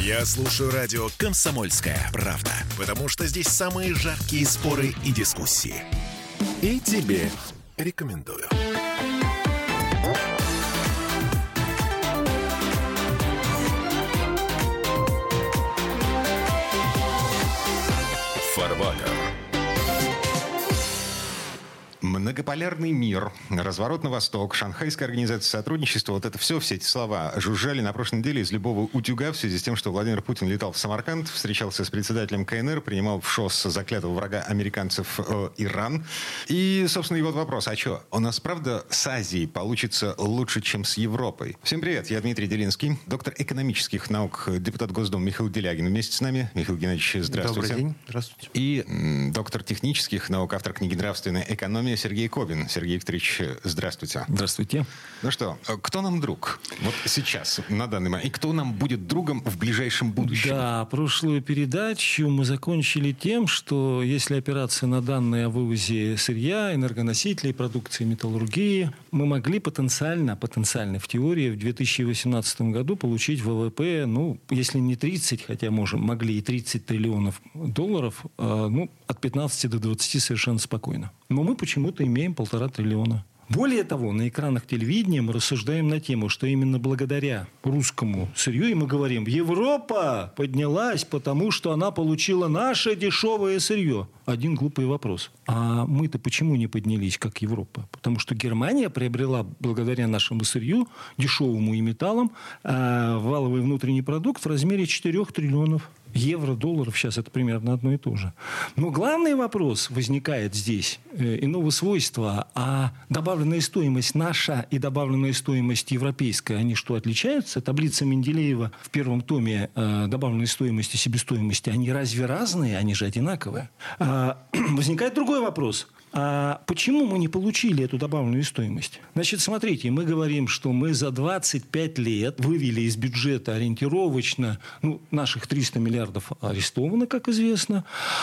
Я слушаю радио «Комсомольская правда», потому что здесь самые жаркие споры и дискуссии. И тебе рекомендую. Фарватер. Многополярный мир, разворот на восток, Шанхайская организация сотрудничества, вот это все эти слова жужжали на прошлой неделе из любого утюга в связи с тем, что Владимир Путин летал в Самарканд, встречался с председателем КНР, принимал в ШОС заклятого врага американцев Иран. И, собственно, и вот вопрос, а что, у нас правда с Азией получится лучше, чем с Европой? Всем привет, я Дмитрий Делинский, доктор экономических наук, депутат Госдумы Михаил Делягин вместе с нами. Михаил Геннадьевич, здравствуйте. Добрый день, здравствуйте. И доктор технических наук, автор книги «Нравственная экономия» Сергей Кобин. Сергей Викторович, здравствуйте. Здравствуйте. Ну что, кто нам друг? Вот сейчас, на данный момент. И кто нам будет другом в ближайшем будущем? Да, прошлую передачу мы закончили тем, что если опираться на данные о вывозе сырья, энергоносителей, продукции металлургии, мы могли потенциально в теории в 2018 году получить ВВП, если не 30, хотя могли и 30 триллионов долларов, от 15 до 20 совершенно спокойно. Но мы почему-то имеем 1,5 триллиона. Более того, на экранах телевидения мы рассуждаем на тему, что именно благодаря русскому сырью, и мы говорим, Европа поднялась, потому что она получила наше дешевое сырье. Один глупый вопрос. А мы-то почему не поднялись, как Европа? Потому что Германия приобрела благодаря нашему сырью, дешевому и металлам, валовый внутренний продукт в размере 4 триллионов евро, долларов. Сейчас это примерно одно и то же. Но главный вопрос возникает здесь иного свойства. А добавленная стоимость наша и добавленная стоимость европейская, они что, отличаются? Таблица Менделеева в первом томе добавленной стоимости и себестоимости, они разве разные? Они же одинаковые. Возникает другой вопрос. А почему мы не получили эту добавленную стоимость? Значит, смотрите, мы говорим, что мы за 25 лет вывели из бюджета ориентировочно, наших 300 миллиардов арестовано, как известно,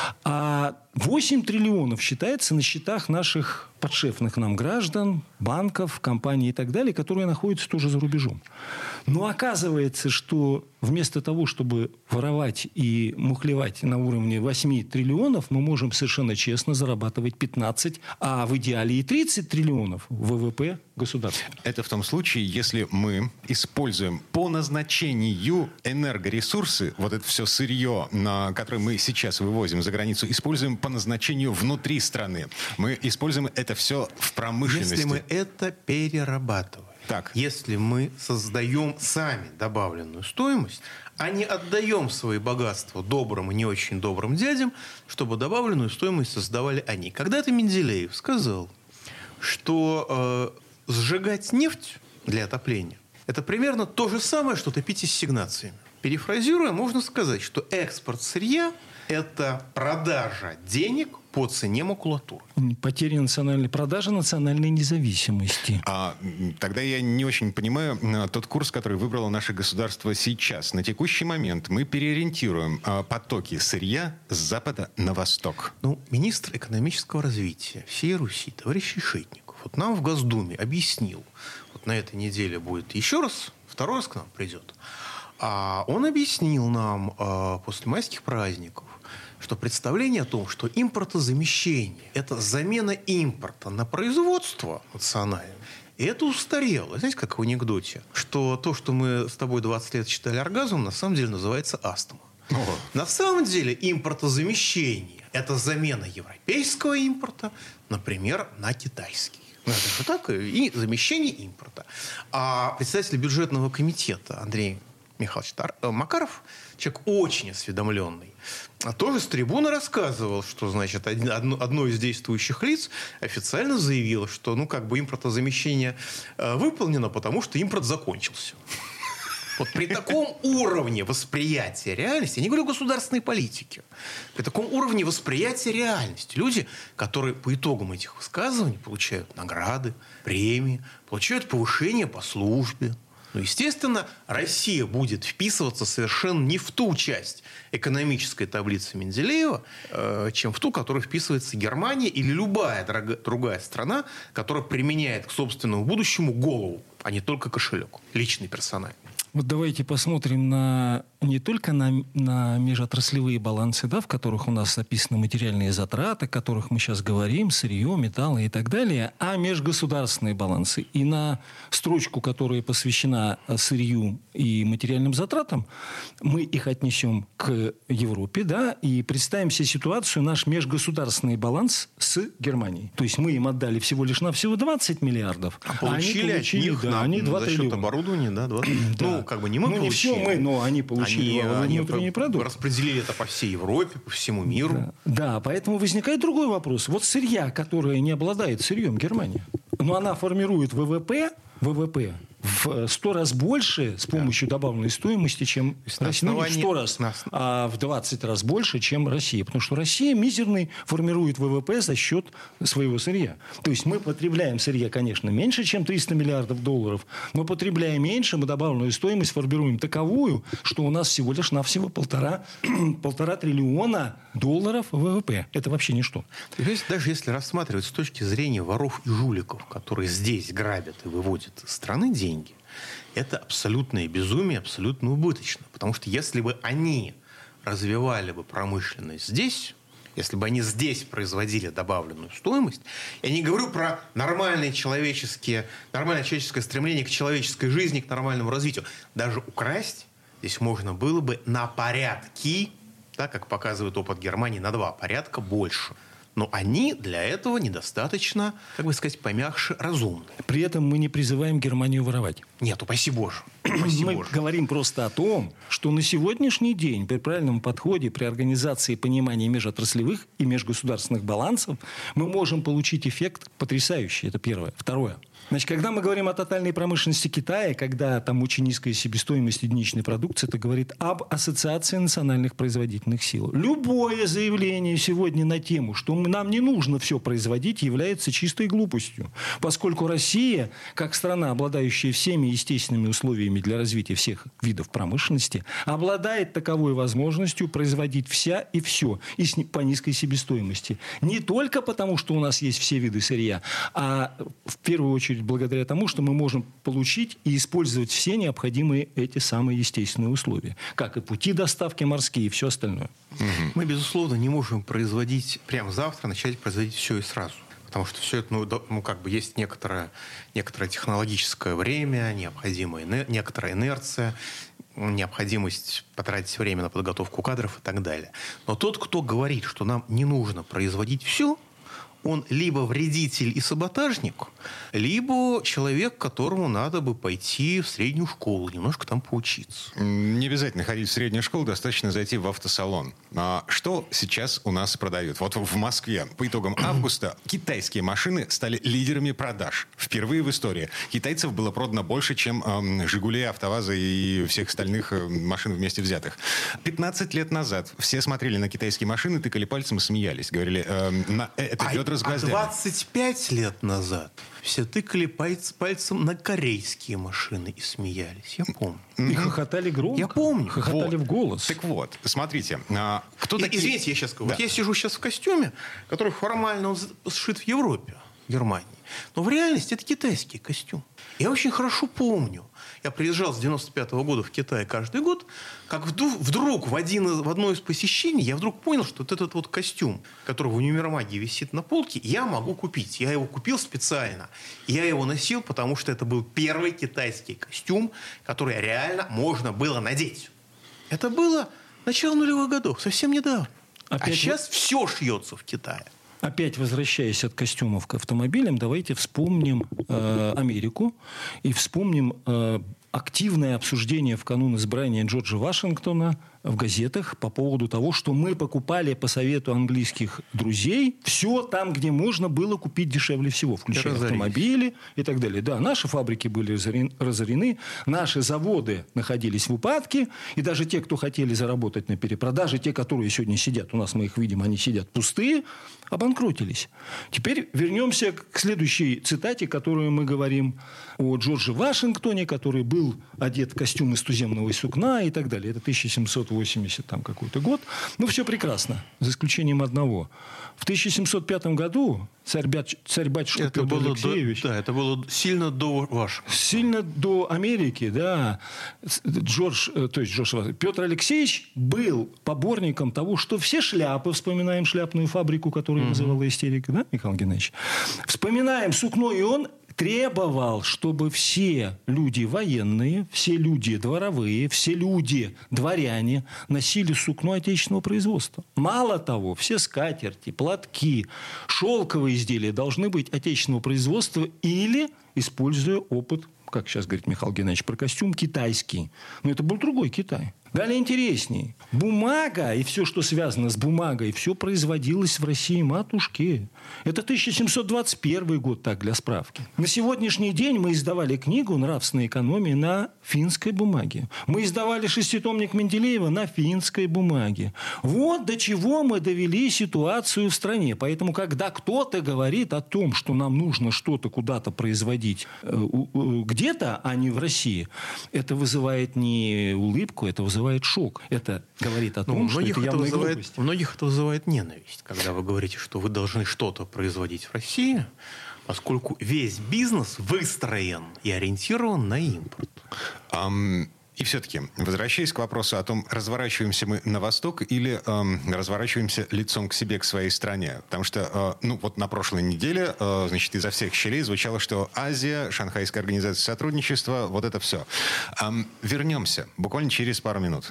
а 8 триллионов считается на счетах наших подшефных нам граждан, банков, компаний и так далее, которые находятся тоже за рубежом. Но оказывается, что вместо того, чтобы воровать и мухлевать на уровне 8 триллионов, мы можем совершенно честно зарабатывать 15, а в идеале и 30 триллионов ВВП государства. Это в том случае, если мы используем по назначению энергоресурсы, вот это все сырье, которое мы сейчас вывозим за границу, используем по назначению внутри страны. Мы используем это все в промышленности. Если мы это перерабатываем. Так. Если мы создаем сами добавленную стоимость, а не отдаем свои богатства добрым и не очень добрым дядям, чтобы добавленную стоимость создавали они. Когда-то Менделеев сказал, что сжигать нефть для отопления – это примерно то же самое, что топить ассигнациями. Перефразируя, можно сказать, что экспорт сырья – это продажа денег по цене макулатуры. Потеря продажа национальной независимости. Тогда я не очень понимаю тот курс, который выбрало наше государство сейчас. На текущий момент мы переориентируем потоки сырья с запада на восток. Министр экономического развития всей Руси, товарищ Решетников, нам в Госдуме объяснил, на этой неделе будет еще раз, второй раз к нам придет, он объяснил нам после майских праздников, что представление о том, что импортозамещение – это замена импорта на производство национальное, и это устарело. Знаете, как в анекдоте, что то, что мы с тобой 20 лет считали оргазмом, на самом деле называется астма. На самом деле импортозамещение – это замена европейского импорта, например, на китайский. Это же так, и замещение импорта. А председатель бюджетного комитета Андрей Михайлович Макаров, человек очень осведомленный, тоже с трибуны рассказывал, что, одно из действующих лиц официально заявило, что, импортозамещение выполнено, потому что импорт закончился. При таком уровне восприятия реальности, я не говорю о государственной политике, при таком уровне восприятия реальности, люди, которые по итогам этих высказываний получают награды, премии, получают повышение по службе. Естественно, Россия будет вписываться совершенно не в ту часть экономической таблицы Менделеева, чем в ту, в которую вписывается Германия или любая другая страна, которая применяет к собственному будущему голову, а не только кошелек, личный, персональный. Вот давайте посмотрим не только на межотраслевые балансы, да, в которых у нас записаны материальные затраты, о которых мы сейчас говорим, сырье, металлы и так далее, а межгосударственные балансы. И на строчку, которая посвящена сырью и материальным затратам, мы их отнесем к Европе, да, и представим себе ситуацию, наш межгосударственный баланс с Германией. То есть мы им отдали всего лишь навсего 20 миллиардов, а получили от них, да, они 2 за счет триллиона. оборудования, да, 20. Да. Ну, как бы не мы получили. Не все мы, но они получили внутренний продукт. Распределили это по всей Европе, по всему миру. Да, поэтому возникает другой вопрос. Вот сырья, которая не обладает сырьем Германия, но она формирует ВВП в 100 раз больше с помощью добавленной стоимости, чем Россия. Ну, не в 100 раз, а в 20 раз больше, чем Россия. Потому что Россия мизерный формирует ВВП за счет своего сырья. То есть мы потребляем сырья, конечно, меньше, чем 300 миллиардов долларов, но потребляя меньше, мы добавленную стоимость формируем таковую, что у нас всего лишь навсего полтора триллиона долларов ВВП. Это вообще ничто. Даже если рассматривать с точки зрения воров и жуликов, которые здесь грабят и выводят из страны деньги, это абсолютное безумие, абсолютно убыточно. Потому что если бы они развивали бы промышленность здесь, если бы они здесь производили добавленную стоимость, я не говорю про нормальное человеческое стремление к человеческой жизни, к нормальному развитию. Даже украсть здесь можно было бы на порядки, так как показывает опыт Германии, на 2 порядка больше. Но они для этого недостаточно, как бы сказать, помягче, разумны. При этом мы не призываем Германию воровать. Нет, упаси Боже. Мы говорим просто о том, что на сегодняшний день при правильном подходе, при организации понимания межотраслевых и межгосударственных балансов мы можем получить эффект потрясающий. Это первое. Второе. Значит, когда мы говорим о тотальной промышленности Китая, когда там очень низкая себестоимость единичной продукции, это говорит об ассоциации национальных производительных сил. Любое заявление сегодня на тему, что нам не нужно все производить, является чистой глупостью. Поскольку Россия, как страна, обладающая всеми естественными условиями для развития всех видов промышленности, обладает таковой возможностью производить вся и все и по низкой себестоимости. Не только потому, что у нас есть все виды сырья, а в первую очередь благодаря тому, что мы можем получить и использовать все необходимые эти самые естественные условия. Как и пути доставки морские и все остальное. Мы, безусловно, не можем производить прямо завтра, начать производить все и сразу. Потому что все это, как бы есть некоторое технологическое время, некоторая инерция, необходимость потратить время на подготовку кадров и так далее. Но тот, кто говорит, что нам не нужно производить все, он либо вредитель и саботажник, либо человек, которому надо бы пойти в среднюю школу, немножко там поучиться. Не обязательно ходить в среднюю школу, достаточно зайти в автосалон. Что сейчас у нас продают? Вот в Москве по итогам августа китайские машины стали лидерами продаж. Впервые в истории. Китайцев было продано больше, чем «Жигули», «АвтоВАЗа» и всех остальных машин вместе взятых. 15 лет назад все смотрели на китайские машины, тыкали пальцем и смеялись. Говорили, это Федор с гвоздями. 25 лет назад все тыкали пальцем на корейские машины и смеялись. Я помню. И хохотали громко. Я помню. Хохотали в голос. Так вот, смотрите. Извините, я сейчас скажу. Да. Вот я сижу сейчас в костюме, который формально он сшит в Европе, в Германии. Но в реальности это китайский костюм. Я очень хорошо помню. Я приезжал с 95-го года в Китай каждый год. Как вдруг в одно из посещений я вдруг понял, что вот этот вот костюм, который в универмаге висит на полке, я могу купить. Я его купил специально. Я его носил, потому что это был первый китайский костюм, который реально можно было надеть. Это было начало нулевых годов, совсем недавно. А сейчас все шьется в Китае. Опять возвращаясь от костюмов к автомобилям, давайте вспомним Америку и вспомним активное обсуждение в канун избрания Джорджа Вашингтона в газетах по поводу того, что мы покупали по совету английских друзей все там, где можно было купить дешевле всего, включая автомобили и так далее. Да, наши фабрики были разорены, наши заводы находились в упадке, и даже те, кто хотели заработать на перепродаже, те, которые сегодня сидят, у нас мы их видим, они сидят пустые, обанкротились. Теперь вернемся к следующей цитате, которую мы говорим о Джордже Вашингтоне, который был был одет в костюм из туземного сукна и так далее. Это 1780 там какой-то год. Ну, все прекрасно, за исключением одного. В 1705 году царь-батюшка Петр Алексеевич... Это было сильно до вашего. Сильно до Америки, да. Петр Алексеевич был поборником того, что все шляпы, вспоминаем шляпную фабрику, которую вызывала истерика, да, Михаил Геннадьевич? Вспоминаем сукно, и он требовал, чтобы все люди военные, все люди дворовые, все люди дворяне носили сукно отечественного производства. Мало того, все скатерти, платки, шелковые изделия должны быть отечественного производства или, используя опыт, как сейчас говорит Михаил Геннадьевич, про костюм, китайский. Но это был другой Китай. Далее интересней. Бумага и все, что связано с бумагой, все производилось в России матушке. Это 1721 год, так, для справки. На сегодняшний день мы издавали книгу «Нравственная экономия» на финской бумаге. Мы издавали шеститомник Менделеева на финской бумаге. Вот до чего мы довели ситуацию в стране. Поэтому, когда кто-то говорит о том, что нам нужно что-то куда-то производить где-то, а не в России, это вызывает не улыбку, это вызывает шок. Это говорит о том, что это явная глупость. У многих это вызывает ненависть, когда вы говорите, что вы должны что-то производить в России, поскольку весь бизнес выстроен и ориентирован на импорт. И все-таки, возвращаясь к вопросу о том, разворачиваемся мы на восток или разворачиваемся лицом к себе, к своей стране. Потому что, на прошлой неделе, изо всех щелей звучало, что Азия, Шанхайская организация сотрудничества, вот это все. Вернемся буквально через пару минут.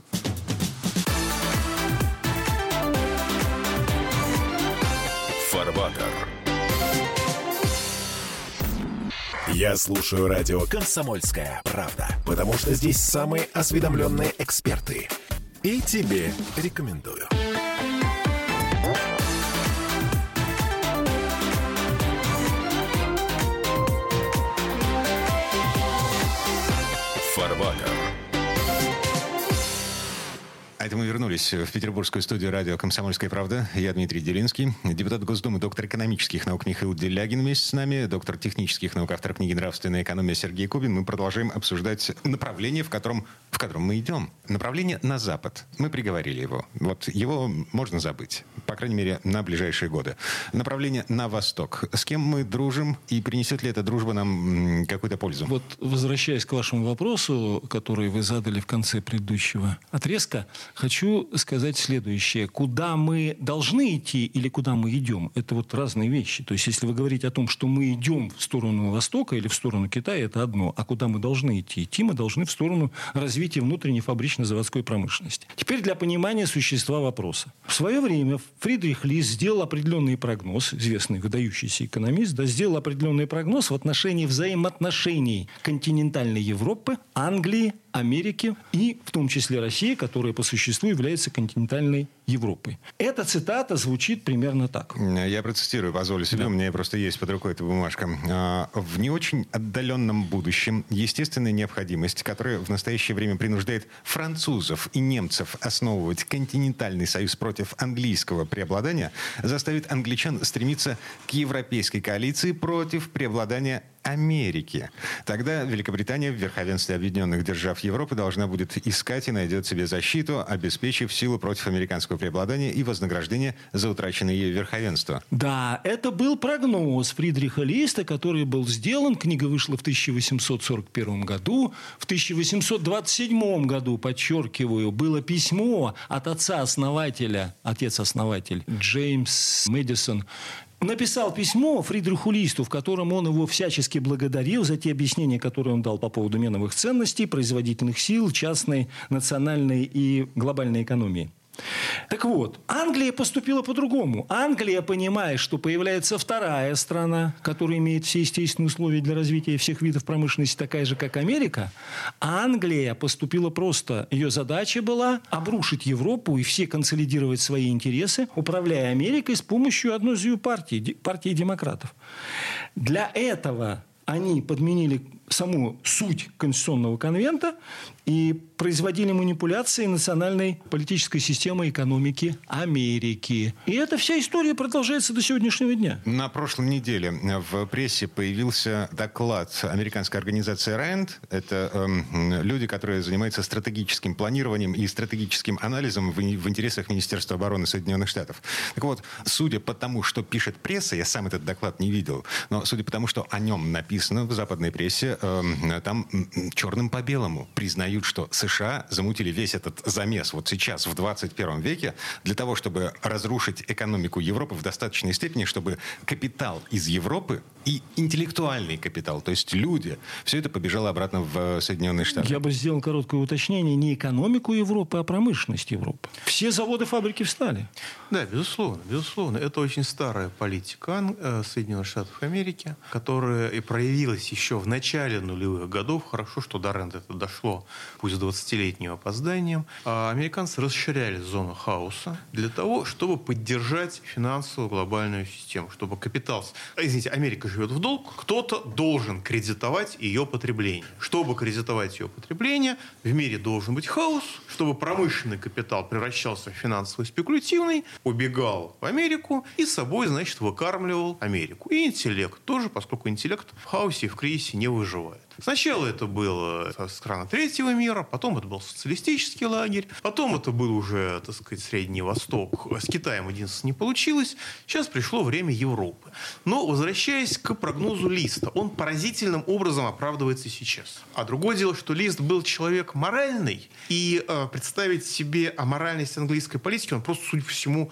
Фарватер. Я слушаю радио «Комсомольская правда», потому что здесь самые осведомленные эксперты. И тебе рекомендую. Фарватер. А это мы вернулись в петербургскую студию радио «Комсомольская правда». Я Дмитрий Делинский, депутат Госдумы, доктор экономических наук Михаил Делягин вместе с нами, доктор технических наук, автор книги «Нравственная экономия» Сергей Кубин. Мы продолжаем обсуждать направление, в котором мы идем. Направление на Запад. Мы приговорили его. Вот его можно забыть, по крайней мере, на ближайшие годы. Направление на Восток. С кем мы дружим и принесет ли эта дружба нам какую-то пользу? Вот, возвращаясь к вашему вопросу, который вы задали в конце предыдущего отрезка, хочу сказать следующее. Куда мы должны идти или куда мы идем, это вот разные вещи. То есть, если вы говорите о том, что мы идем в сторону Востока или в сторону Китая, это одно. А куда мы должны идти? Идти мы должны в сторону развития внутренней фабрично-заводской промышленности. Теперь для понимания существа вопроса. В свое время Фридрих Лист сделал определенный прогноз, известный выдающийся экономист, сделал определенный прогноз в отношении взаимоотношений континентальной Европы, Англии, Америки и в том числе России, которая по существу является континентальной Европой. Эта цитата звучит примерно так. Я процитирую, позволю себе, у меня просто есть под рукой эта бумажка. В не очень отдаленном будущем естественная необходимость, которая в настоящее время принуждает французов и немцев основывать континентальный союз против английского преобладания, заставит англичан стремиться к европейской коалиции против преобладания Америки. Тогда Великобритания в верховенстве объединенных держав Европы должна будет искать и найдет себе защиту, обеспечив силу против американского преобладания и вознаграждение за утраченное ее верховенство. Да, это был прогноз Фридриха Листа, который был сделан. Книга вышла в 1841 году. В 1827 году, подчеркиваю, было письмо от отца-основателя, отец-основатель Джеймс Мэдисон, написал письмо Фридриху Листу, в котором он его всячески благодарил за те объяснения, которые он дал по поводу меновых ценностей, производительных сил, частной, национальной и глобальной экономии. Так вот, Англия поступила по-другому. Англия, понимая, что появляется вторая страна, которая имеет все естественные условия для развития всех видов промышленности, такая же, как Америка, Англия поступила просто. Ее задача была обрушить Европу и все консолидировать свои интересы, управляя Америкой с помощью одной из ее партий, партии демократов. Для этого они подменили саму суть Конституционного конвента и производили манипуляции национальной политической системой экономики Америки. И эта вся история продолжается до сегодняшнего дня. На прошлой неделе в прессе появился доклад американской организации RAND. Это люди, которые занимаются стратегическим планированием и стратегическим анализом в интересах Министерства обороны Соединенных Штатов. Так вот, судя по тому, что пишет пресса, я сам этот доклад не видел, но судя по тому, что о нем написано в западной прессе, там черным по белому признают, что США замутили весь этот замес вот сейчас, в 21 веке, для того, чтобы разрушить экономику Европы в достаточной степени, чтобы капитал из Европы и интеллектуальный капитал, то есть люди, все это побежало обратно в Соединенные Штаты. Я бы сделал короткое уточнение. Не экономику Европы, а промышленность Европы. Все заводы, фабрики встали. Да, безусловно, безусловно. Это очень старая политика Соединенных Штатов Америки, которая и проявилась еще в начале нулевых годов. Хорошо, что до RAND это дошло, пусть с 20-летним опозданием. А американцы расширяли зону хаоса для того, чтобы поддержать финансовую глобальную систему, чтобы капитал... Извините, Америка живет в долг, кто-то должен кредитовать ее потребление. Чтобы кредитовать ее потребление, в мире должен быть хаос, чтобы промышленный капитал превращался в финансово-спекулятивный, убегал в Америку и с собой, значит, выкармливал Америку. И интеллект тоже, поскольку интеллект в хаосе и в кризисе не выживает. Сначала это было страна третьего мира, потом это был социалистический лагерь, потом это был уже, так сказать, Средний Восток. С Китаем единственное не получилось. Сейчас пришло время Европы. Но, возвращаясь к прогнозу Листа, он поразительным образом оправдывается сейчас. А другое дело, что Лист был человек моральный, и представить себе аморальность английской политики, он просто, судя по всему,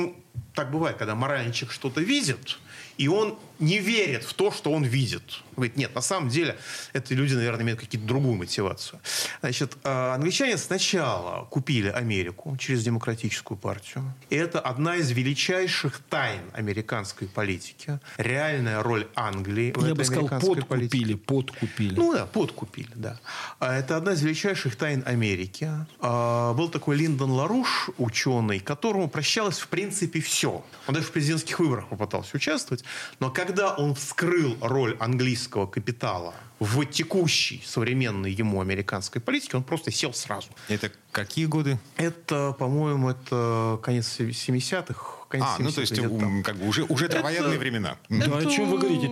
так бывает, когда моральный человек что-то видит, и он не верит в то, что он видит. Говорит, нет, на самом деле, эти люди, наверное, имеют какую-то другую мотивацию. Значит, англичане сначала купили Америку через Демократическую партию. И это одна из величайших тайн американской политики. Реальная роль Англии в Я этой бы сказал, американской политике. подкупили. Ну да, подкупили, да. Это одна из величайших тайн Америки. Был такой Линдон Ларуш, ученый, которому прощалось в принципе все. Он даже в президентских выборах попытался участвовать. Но когда он вскрыл роль английского капитала в текущей современной ему американской политике, он просто сел сразу. Это какие годы? Это, по-моему, это конец 70-х. Ну то есть как бы уже травоядные времена. Да, о чем вы говорите?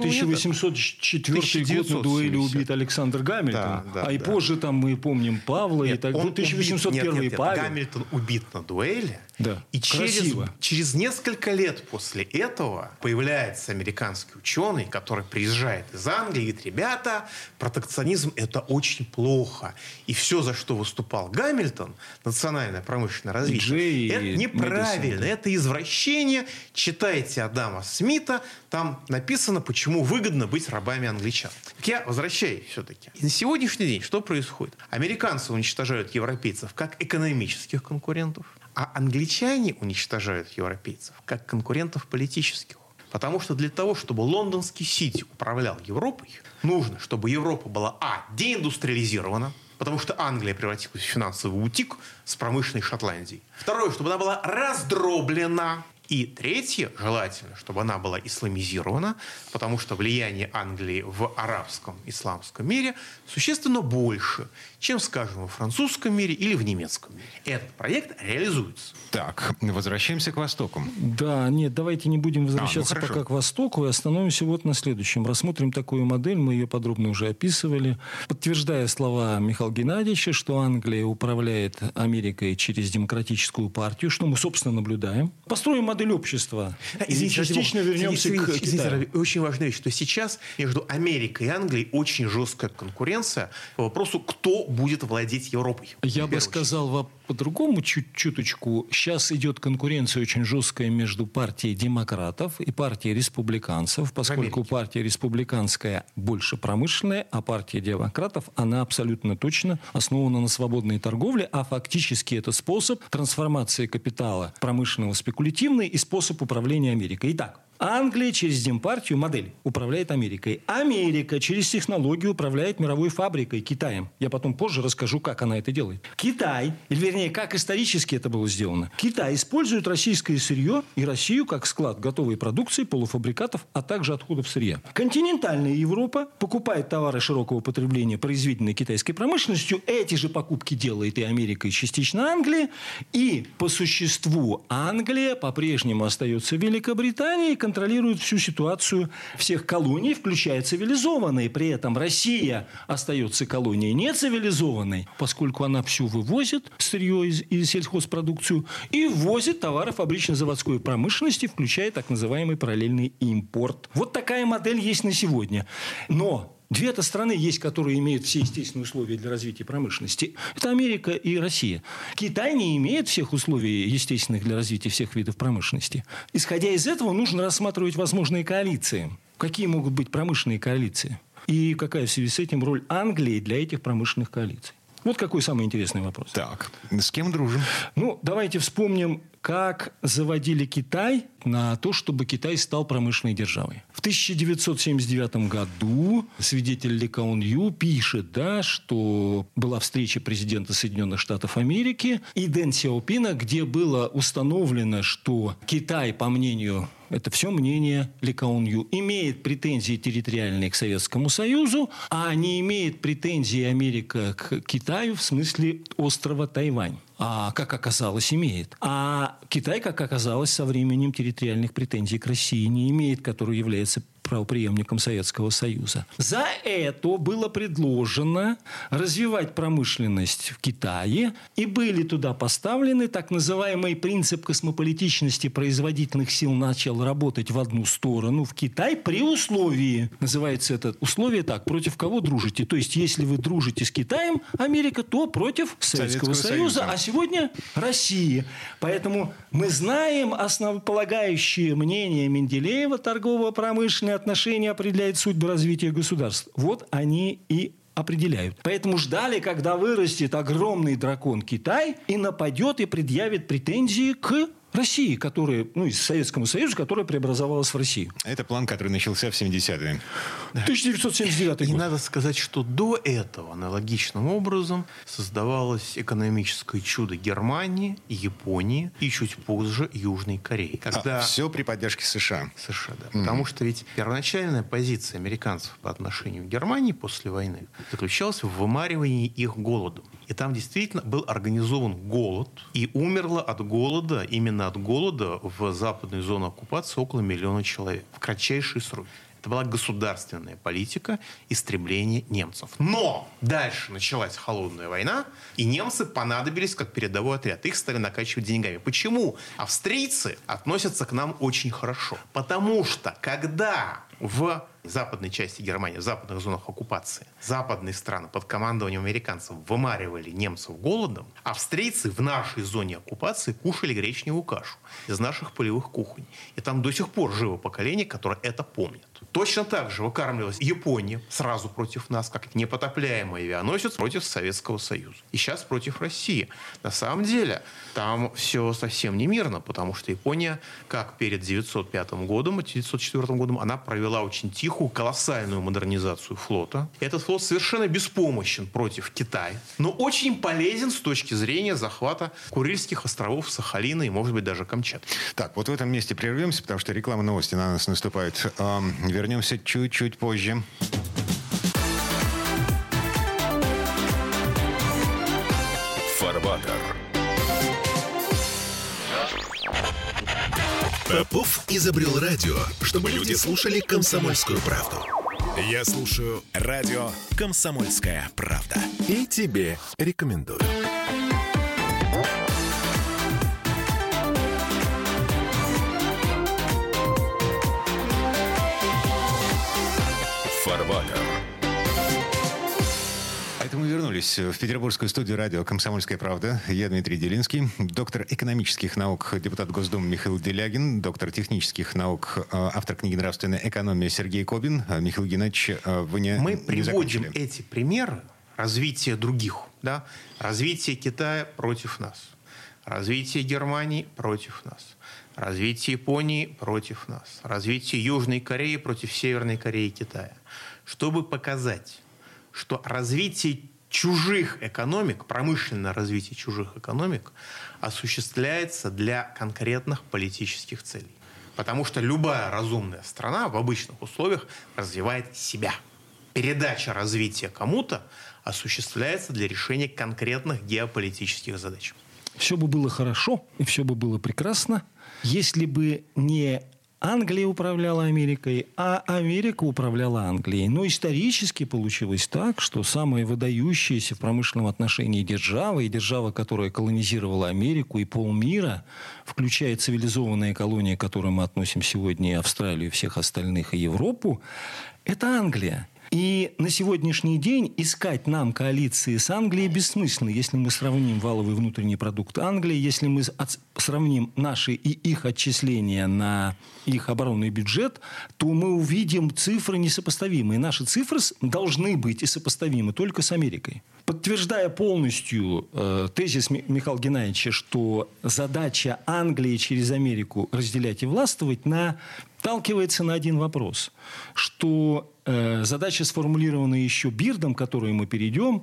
1804 год на дуэли убит Александр Гамильтон. И позже там мы помним Павла. И так 1801 Павел. Гамильтон убит на дуэли. Да. И через несколько лет после этого появляется американский ученый, который приезжает из Англии и говорит, ребята, протекционизм – это очень плохо. И все, за что выступал Гамильтон, национальное промышленное развитие, это неправильно, это извращение. Читайте Адама Смита, там написано, почему выгодно быть рабами англичан. Так я возвращаюсь все-таки. И на сегодняшний день что происходит? Американцы уничтожают европейцев как экономических конкурентов, а англичане уничтожают европейцев как конкурентов политических. Потому что для того, чтобы лондонский Сити управлял Европой, нужно, чтобы Европа была деиндустриализирована, потому что Англия превратилась в финансовый бутик с промышленной Шотландией. Второе, чтобы она была раздроблена. И третье, желательно, чтобы она была исламизирована, потому что влияние Англии в арабском, исламском мире существенно больше, чем, скажем, во французском мире или в немецком мире. Этот проект реализуется. Так, возвращаемся к Востоку. Да, нет, давайте не будем возвращаться пока к Востоку и остановимся вот на следующем. Рассмотрим такую модель, мы ее подробно уже описывали. Подтверждая слова Михаила Геннадьевича, что Англия управляет Америкой через демократическую партию, что мы, собственно, наблюдаем. Построим модель общества. И частично вернемся к Китаю. Очень важная вещь, что сейчас между Америкой и Англией очень жесткая конкуренция по вопросу, кто будет владеть Европой. Я бы сказал по-другому чуточку. Сейчас идет конкуренция очень жесткая между партией демократов и партией республиканцев, поскольку партия республиканская больше промышленная, а партия демократов, она абсолютно точно основана на свободной торговле, а фактически это способ трансформации капитала промышленного в спекулятивный и способ управления Америкой. Итак, Англия через Демпартию, модель, управляет Америкой. Америка через технологию управляет мировой фабрикой, Китаем. Я потом позже расскажу, как она это делает. Китай, или вернее, как исторически это было сделано. Китай использует российское сырье и Россию как склад готовой продукции, полуфабрикатов, а также отходов сырья. Континентальная Европа покупает товары широкого потребления, произведенные китайской промышленностью. Эти же покупки делает и Америка, и частично Англия. И по существу Англия по-прежнему остается в Великобритании и контролирует всю ситуацию всех колоний, включая цивилизованные. При этом Россия остается колонией нецивилизованной, поскольку она всю вывозит, сырье и сельхозпродукцию, и ввозит товары фабрично-заводской промышленности, включая так называемый параллельный импорт. Вот такая модель есть на сегодня. Но две-то страны есть, которые имеют все естественные условия для развития промышленности. Это Америка и Россия. Китай не имеет всех условий естественных для развития всех видов промышленности. Исходя из этого, нужно рассматривать возможные коалиции. Какие могут быть промышленные коалиции? И какая в связи с этим роль Англии для этих промышленных коалиций? Вот какой самый интересный вопрос. Так, с кем дружим? Давайте вспомним, как заводили Китай на то, чтобы Китай стал промышленной державой. В 1979 году свидетель Ли Куан Ю пишет, что была встреча президента Соединенных Штатов Америки и Дэн Сяопина, где было установлено, что Китай, по мнению, это все мнение Ли Куан Ю, имеет претензии территориальные к Советскому Союзу, а не имеет претензий Америка к Китаю в смысле острова Тайвань. А, как оказалось, имеет. А Китай, как оказалось, со временем территориальных претензий к России не имеет, который является правопреемником Советского Союза. За это было предложено развивать промышленность в Китае, и были туда поставлены так называемый принцип космополитичности производительных сил начал работать в одну сторону, в Китай, при условии, называется это условие так, против кого дружите. То есть, если вы дружите с Китаем, Америка, то против Советского Союза, а сегодня Россия. Поэтому мы знаем основополагающее мнение Менделеева, торгово-промышленное отношения определяют судьбу развития государств. Вот они и определяют. Поэтому ждали, когда вырастет огромный дракон Китай и нападет и предъявит претензии к России, из Советскому Союзу, которая преобразовалась в Россию. Это план, который начался в 70-е. 1979 год. И надо сказать, что до этого аналогичным образом создавалось экономическое чудо Германии, Японии и чуть позже Южной Кореи. Все при поддержке США. США, да. Потому что ведь первоначальная позиция американцев по отношению к Германии после войны заключалась в вымаривании их голодом. И там действительно был организован голод, и умерло от голода, именно от голода в западной зоне оккупации около 1 миллиона человек в кратчайшие сроки. Это была государственная политика истребления немцев. Но дальше началась холодная война, и немцы понадобились как передовой отряд. Их стали накачивать деньгами. Почему? Австрийцы относятся к нам очень хорошо. Потому что когда в западной части Германии, в западных зонах оккупации, западные страны под командованием американцев вымаривали немцев голодом, австрийцы в нашей зоне оккупации кушали гречневую кашу из наших полевых кухонь. И там до сих пор живо поколение, которое это помнит. Точно так же выкармливалась Япония сразу против нас, как непотопляемый авианосец против Советского Союза. И сейчас против России. На самом деле там все совсем не мирно, потому что Япония, как перед 1905 годом, 1904 годом, она провела очень тихую, колоссальную модернизацию флота. Этот флот совершенно беспомощен против Китая, но очень полезен с точки зрения захвата Курильских островов, Сахалина и, может быть, даже Камчатки. Так, вот в этом месте прервемся, потому что реклама, новости на нас наступает. Вернемся чуть-чуть позже. Фарватер. Попов изобрел радио, чтобы люди слушали «Комсомольскую правду». Я слушаю радио «Комсомольская правда». И тебе рекомендую. Фарватер. Это мы вернулись в петербургскую студию радио «Комсомольская правда». Я Дмитрий Делинский, доктор экономических наук, депутат Госдумы Михаил Делягин, доктор технических наук, автор книги «Нравственная экономия» Сергей Кобин. Михаил Геннадьевич, вы не Мы не приводим закончили. эти примеры развития других, развития Китая против нас. Развитие Германии против нас. Развитие Японии против нас. Развитие Южной Кореи против Северной Кореи и Китая. Чтобы показать, что развитие чужих экономик, промышленное развитие чужих экономик осуществляется для конкретных политических целей. Потому что любая разумная страна в обычных условиях развивает себя. Передача развития кому-то осуществляется для решения конкретных геополитических задач. Все бы было хорошо и все бы было прекрасно, если бы не Англия управляла Америкой, а Америка управляла Англией. Но исторически получилось так, что самая выдающаяся в промышленном отношении держава, и держава, которая колонизировала Америку и полмира, включая цивилизованные колонии, к которым мы относим сегодня и Австралию, и всех остальных, и Европу, это Англия. И на сегодняшний день искать нам коалиции с Англией бессмысленно, если мы сравним валовый внутренний продукт Англии, если мы сравним наши и их отчисления на их оборонный бюджет, то мы увидим цифры несопоставимые. Наши цифры должны быть и сопоставимы только с Америкой. Подтверждая полностью тезис Михаила Геннадьевича, что задача Англии через Америку разделять и властвовать, наталкивается на один вопрос, что задача, сформулированная еще Бирдом, к которой мы перейдем,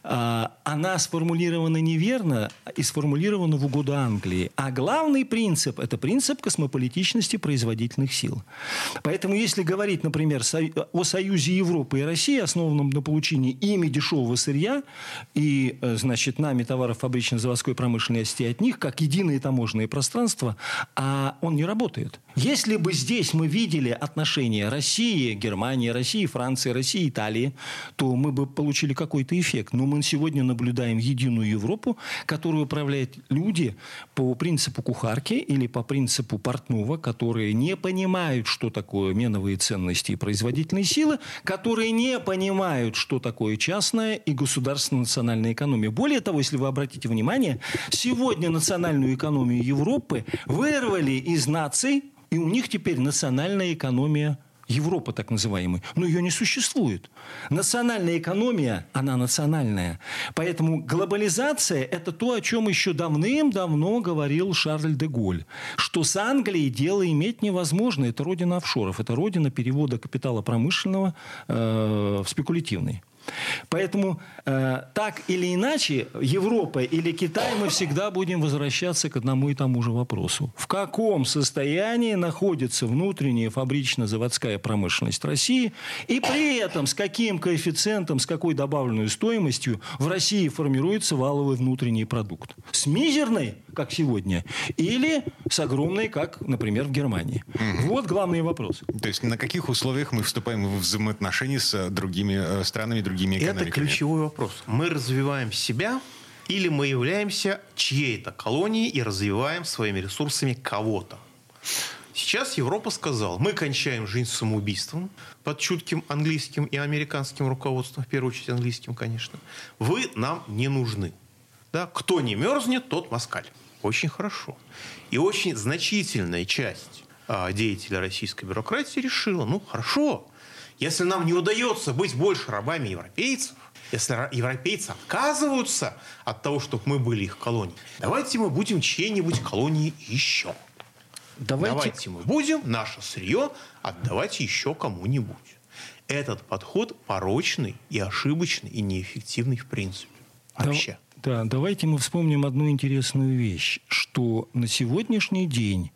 она сформулирована неверно и сформулирована в угоду Англии. А главный принцип – это принцип космополитичности производительных сил. Поэтому, если говорить, например, о союзе Европы и России, основанном на получении ими дешевого сырья и, значит, нами товаров фабрично-заводской промышленности от них, как единое таможенное пространство, он не работает. Если бы здесь мы видели отношения России, Германии, России, Франции, России, Италии, то мы бы получили какой-то эффект. Но мы сегодня наблюдаем единую Европу, которую управляют люди по принципу кухарки или по принципу портного, которые не понимают, что такое меновые ценности и производительные силы, которые не понимают, что такое частная и государственная национальная экономия. Более того, если вы обратите внимание, сегодня национальную экономию Европы вырвали из наций, и у них теперь национальная экономия Европа, так называемая. Но ее не существует. Национальная экономия, она национальная. Поэтому глобализация – это то, о чем еще давным-давно говорил Шарль де Голль. Что с Англией дело иметь невозможно. Это родина офшоров. Это родина перевода капитала промышленного в спекулятивный. Поэтому так или иначе, Европа или Китай, мы всегда будем возвращаться к одному и тому же вопросу. В каком состоянии находится внутренняя фабрично-заводская промышленность России, и при этом с каким коэффициентом, с какой добавленной стоимостью в России формируется валовый внутренний продукт? С мизерной, как сегодня, или с огромной, как, например, в Германии? Вот главные вопросы. То есть на каких условиях мы вступаем в взаимоотношения с другими странами, другими экономиками? Это ключевой вопрос. Мы развиваем себя или мы являемся чьей-то колонией и развиваем своими ресурсами кого-то? Сейчас Европа сказала, мы кончаем жизнь самоубийством под чутким английским и американским руководством, в первую очередь английским, конечно. Вы нам не нужны. Да? Кто не мерзнет, тот москаль. Очень хорошо. И очень значительная часть деятелей российской бюрократии решила, хорошо, если нам не удается быть больше рабами европейцев, если европейцы отказываются от того, чтобы мы были их колонией, давайте мы будем чьей-нибудь колонией еще. Давайте мы будем наше сырье отдавать еще кому-нибудь. Этот подход порочный и ошибочный, и неэффективный в принципе. Вообще. Да, давайте мы вспомним одну интересную вещь, что на сегодняшний день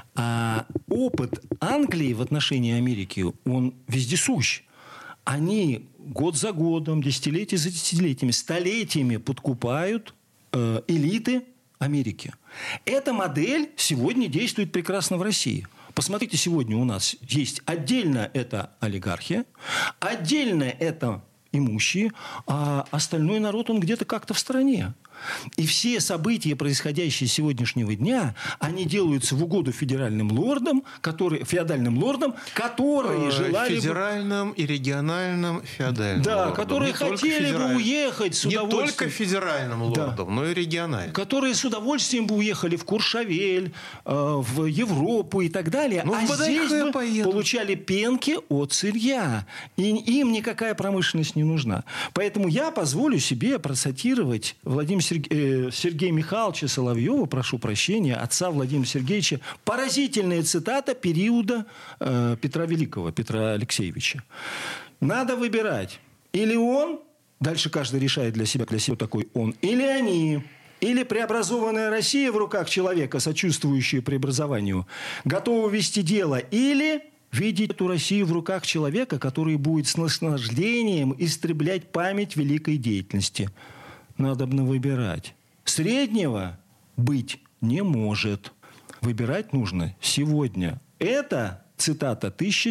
опыт Англии в отношении Америки, он вездесущ. Они год за годом, десятилетия за десятилетиями, столетиями подкупают элиты Америки. Эта модель сегодня действует прекрасно в России. Посмотрите, сегодня у нас есть отдельно это олигархия, отдельно это имущие, а остальной народ, он где-то как-то в стороне. И все события, происходящие с сегодняшнего дня, они делаются в угоду федеральным лордам, феодальным лордам, которые желали... Федеральным и региональным феодальным лордам. Которые хотели бы уехать с удовольствием... Не только федеральным лордам, но и региональным. Которые с удовольствием бы уехали в Куршавель, в Европу и так далее. А здесь бы получали пенки от сырья. И им никакая промышленность не нужна. Поэтому я позволю себе процитировать Владимира Сергея Михайловича Соловьева, прошу прощения, отца Владимира Сергеевича, поразительная цитата периода Петра Великого, Петра Алексеевича. Надо выбирать. Или он, дальше каждый решает для себя такой он, или они. Или преобразованная Россия в руках человека, сочувствующая преобразованию, готова вести дело, или видеть эту Россию в руках человека, который будет с наслаждением истреблять память великой деятельности. Надобно выбирать. Среднего быть не может. Выбирать нужно сегодня. Это цитата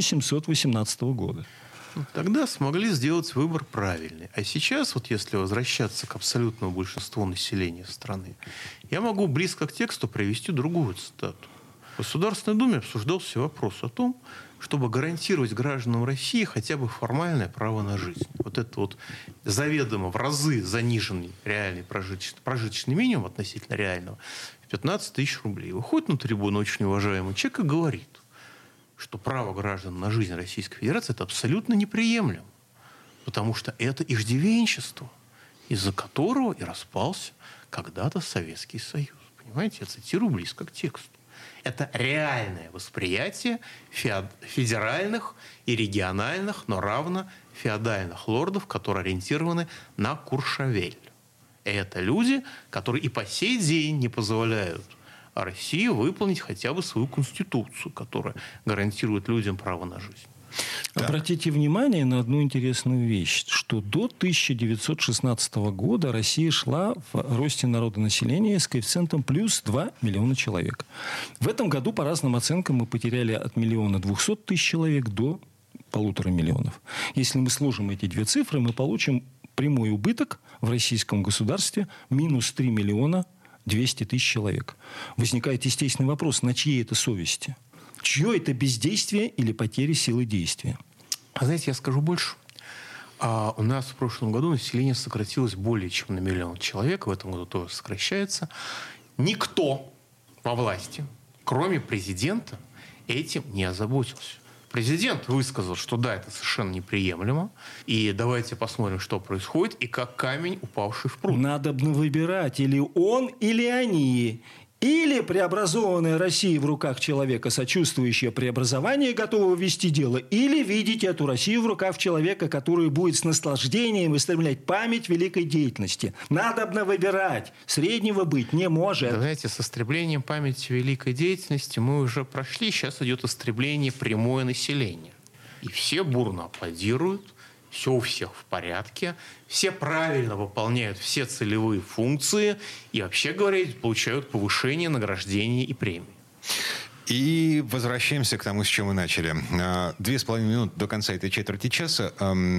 1718 года. Тогда смогли сделать выбор правильный. А сейчас, вот если возвращаться к абсолютному большинству населения страны, я могу близко к тексту привести другую цитату. В Государственной Думе обсуждался вопрос о том, чтобы гарантировать гражданам России хотя бы формальное право на жизнь. Вот это вот заведомо в разы заниженный реальный прожиточный минимум относительно реального 15 тысяч рублей. Выходит на трибуну очень уважаемый человек и говорит, что право граждан на жизнь Российской Федерации – это абсолютно неприемлемо. Потому что это иждивенчество, из-за которого и распался когда-то Советский Союз. Понимаете, я цитирую близко к тексту. Это реальное восприятие федеральных и региональных, но равно феодальных лордов, которые ориентированы на Куршавель. Это люди, которые и по сей день не позволяют России выполнить хотя бы свою конституцию, которая гарантирует людям право на жизнь. Да. Обратите внимание на одну интересную вещь, что до 1916 года Россия шла в росте народонаселения с коэффициентом плюс 2 миллиона человек. В этом году, по разным оценкам, мы потеряли от 1 200 000 человек до 1,5 миллиона. Если мы сложим эти две цифры, мы получим прямой убыток в российском государстве минус 3 200 000 человек. Возникает естественный вопрос, на чьей это совести? Чье это бездействие или потери силы действия? А знаете, я скажу больше. У нас в прошлом году население сократилось более чем на 1 миллион человек. В этом году тоже сокращается. Никто во власти, кроме президента, этим не озаботился. Президент высказал, что да, это совершенно неприемлемо. И давайте посмотрим, что происходит. И как камень, упавший в пруд. Надобно выбирать или он, или они. Или преобразованная Россия в руках человека, сочувствующая преобразованию, готова вести дело, или видеть эту Россию в руках человека, который будет с наслаждением истреблять память великой деятельности. Надобно выбирать. Среднего быть не может. Знаете, с истреблением памяти великой деятельности мы уже прошли. Сейчас идет истребление прямое населения. И все бурно аплодируют. Все у всех в порядке, все правильно выполняют все целевые функции и, вообще говоря, получают повышение, награждение и премии. И возвращаемся к тому, с чем мы начали. 2,5 минуты до конца этой четверти часа.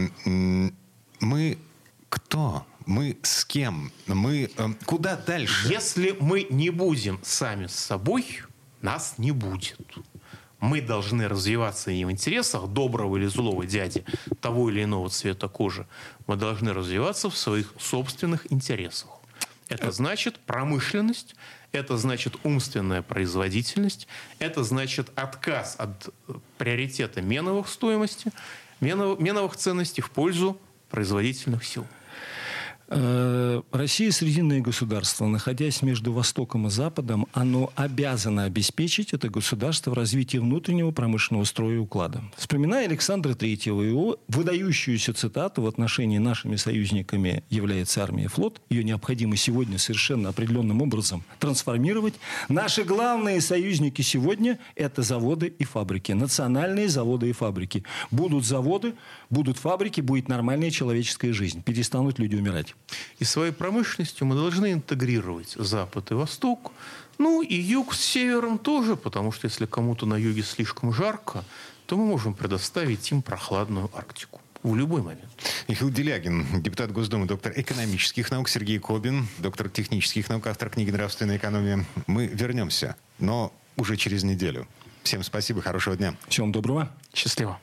Мы кто? Мы с кем? Мы куда дальше? Если мы не будем сами с собой, нас не будет. Мы должны развиваться не в интересах доброго или злого дяди, того или иного цвета кожи. Мы должны развиваться в своих собственных интересах. Это значит промышленность, это значит умственная производительность, это значит отказ от приоритета меновых стоимостей, меновых ценностей в пользу производительных сил. Россия – срединное государство. Находясь между Востоком и Западом, оно обязано обеспечить это государство в развитии внутреннего промышленного строя и уклада. Вспоминая Александра Третьего и его выдающуюся цитату в отношении нашими союзниками является армия и флот, ее необходимо сегодня совершенно определенным образом трансформировать. Наши главные союзники сегодня – это заводы и фабрики. Национальные заводы и фабрики. Будут заводы, будут фабрики, будет нормальная человеческая жизнь. Перестанут люди умирать. И своей промышленностью мы должны интегрировать Запад и Восток, ну и Юг с Севером тоже, потому что если кому-то на юге слишком жарко, то мы можем предоставить им прохладную Арктику в любой момент. Михаил Делягин, депутат Госдумы, доктор экономических наук, Сергей Кобин, доктор технических наук, автор книги «Нравственная экономия». Мы вернемся, но уже через неделю. Всем спасибо, хорошего дня. Всем доброго. Счастливо.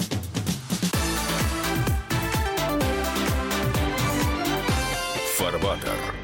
Фарватер.